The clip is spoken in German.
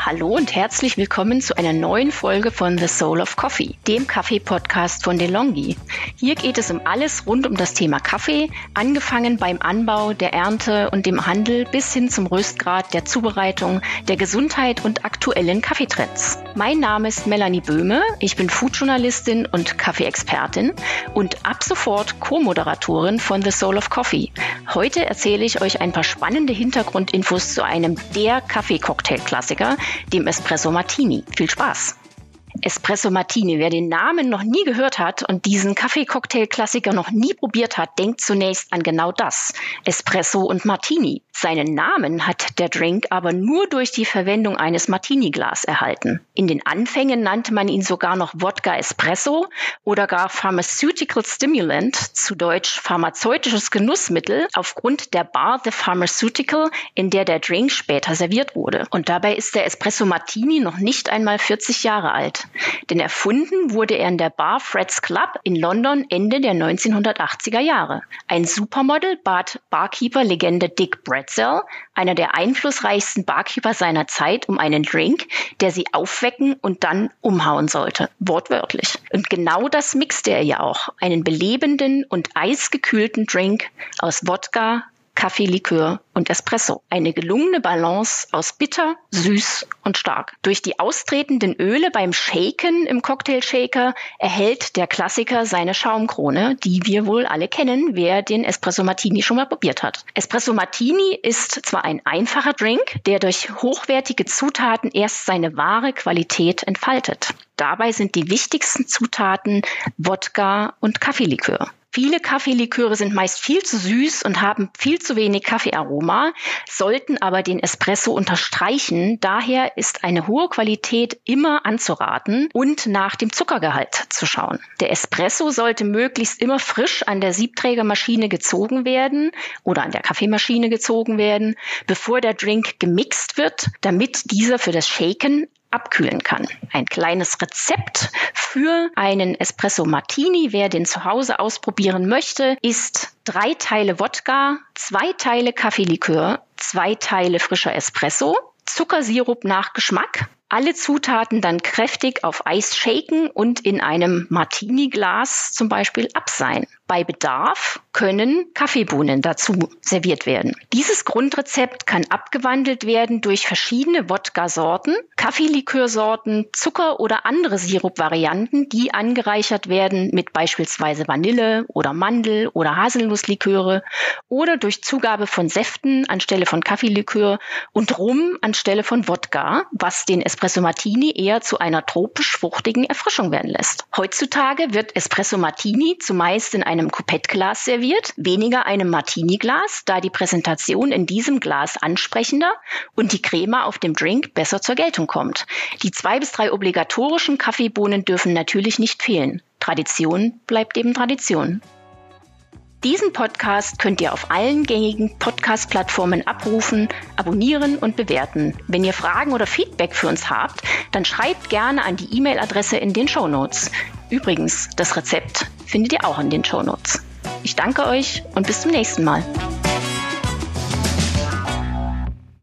Hallo und herzlich willkommen zu einer neuen Folge von The Soul of Coffee, dem Kaffee-Podcast von DeLonghi. Hier geht es um alles rund um das Thema Kaffee, angefangen beim Anbau, der Ernte und dem Handel bis hin zum Röstgrad, der Zubereitung, der Gesundheit und aktuellen Kaffeetrends. Mein Name ist Melanie Böhme, ich bin Foodjournalistin und Kaffee-Expertin und ab sofort Co-Moderatorin von The Soul of Coffee. Heute erzähle ich euch ein paar spannende Hintergrundinfos zu einem der Kaffee-Cocktail-Klassiker, dem Espresso Martini. Viel Spaß! Espresso Martini. Wer den Namen noch nie gehört hat und diesen Kaffee-Cocktail-Klassiker noch nie probiert hat, denkt zunächst an genau das. Espresso und Martini. Seinen Namen hat der Drink aber nur durch die Verwendung eines Martini-Glas erhalten. In den Anfängen nannte man ihn sogar noch Wodka Espresso oder gar Pharmaceutical Stimulant, zu Deutsch pharmazeutisches Genussmittel, aufgrund der Bar The Pharmaceutical, in der der Drink später serviert wurde. Und dabei ist der Espresso Martini noch nicht einmal 40 Jahre alt. Denn erfunden wurde er in der Bar Fred's Club in London Ende der 1980er Jahre. Ein Supermodel bat Barkeeper-Legende Dick Bradsell, einer der einflussreichsten Barkeeper seiner Zeit, um einen Drink, der sie aufwecken und dann umhauen sollte. Wortwörtlich. Und genau das mixte er ja auch. Einen belebenden und eisgekühlten Drink aus Wodka, Kaffeelikör und Espresso. Eine gelungene Balance aus bitter, süß und stark. Durch die austretenden Öle beim Shaken im Cocktailshaker erhält der Klassiker seine Schaumkrone, die wir wohl alle kennen, wer den Espresso Martini schon mal probiert hat. Espresso Martini ist zwar ein einfacher Drink, der durch hochwertige Zutaten erst seine wahre Qualität entfaltet. Dabei sind die wichtigsten Zutaten Wodka und Kaffeelikör. Viele Kaffeeliköre sind meist viel zu süß und haben viel zu wenig Kaffeearoma, sollten aber den Espresso unterstreichen. Daher ist eine hohe Qualität immer anzuraten und nach dem Zuckergehalt zu schauen. Der Espresso sollte möglichst immer frisch an der Siebträgermaschine gezogen werden oder an der Kaffeemaschine gezogen werden, bevor der Drink gemixt wird, damit dieser für das Shaken abkühlen kann. Ein kleines Rezept für einen Espresso Martini, wer den zu Hause ausprobieren möchte, ist 3 Teile Wodka, 2 Teile Kaffeelikör, 2 Teile frischer Espresso, Zuckersirup nach Geschmack. Alle Zutaten dann kräftig auf Eis shaken und in einem Martini-Glas zum Beispiel abseihen. Bei Bedarf können Kaffeebohnen dazu serviert werden. Dieses Grundrezept kann abgewandelt werden durch verschiedene Wodka-Sorten, Kaffeelikörsorten, Zucker oder andere Sirup-Varianten, die angereichert werden mit beispielsweise Vanille oder Mandel- oder Haselnussliköre oder durch Zugabe von Säften anstelle von Kaffeelikör und Rum anstelle von Wodka, was den Espresso Martini eher zu einer tropisch-fruchtigen Erfrischung werden lässt. Heutzutage wird Espresso Martini zumeist in einem Coupettglas serviert, weniger einem Martini-Glas, da die Präsentation in diesem Glas ansprechender und die Crema auf dem Drink besser zur Geltung kommt. Die 2 bis 3 obligatorischen Kaffeebohnen dürfen natürlich nicht fehlen. Tradition bleibt eben Tradition. Diesen Podcast könnt ihr auf allen gängigen Podcast-Plattformen abrufen, abonnieren und bewerten. Wenn ihr Fragen oder Feedback für uns habt, dann schreibt gerne an die E-Mail-Adresse in den Shownotes. Übrigens, das Rezept findet ihr auch in den Shownotes. Ich danke euch und bis zum nächsten Mal.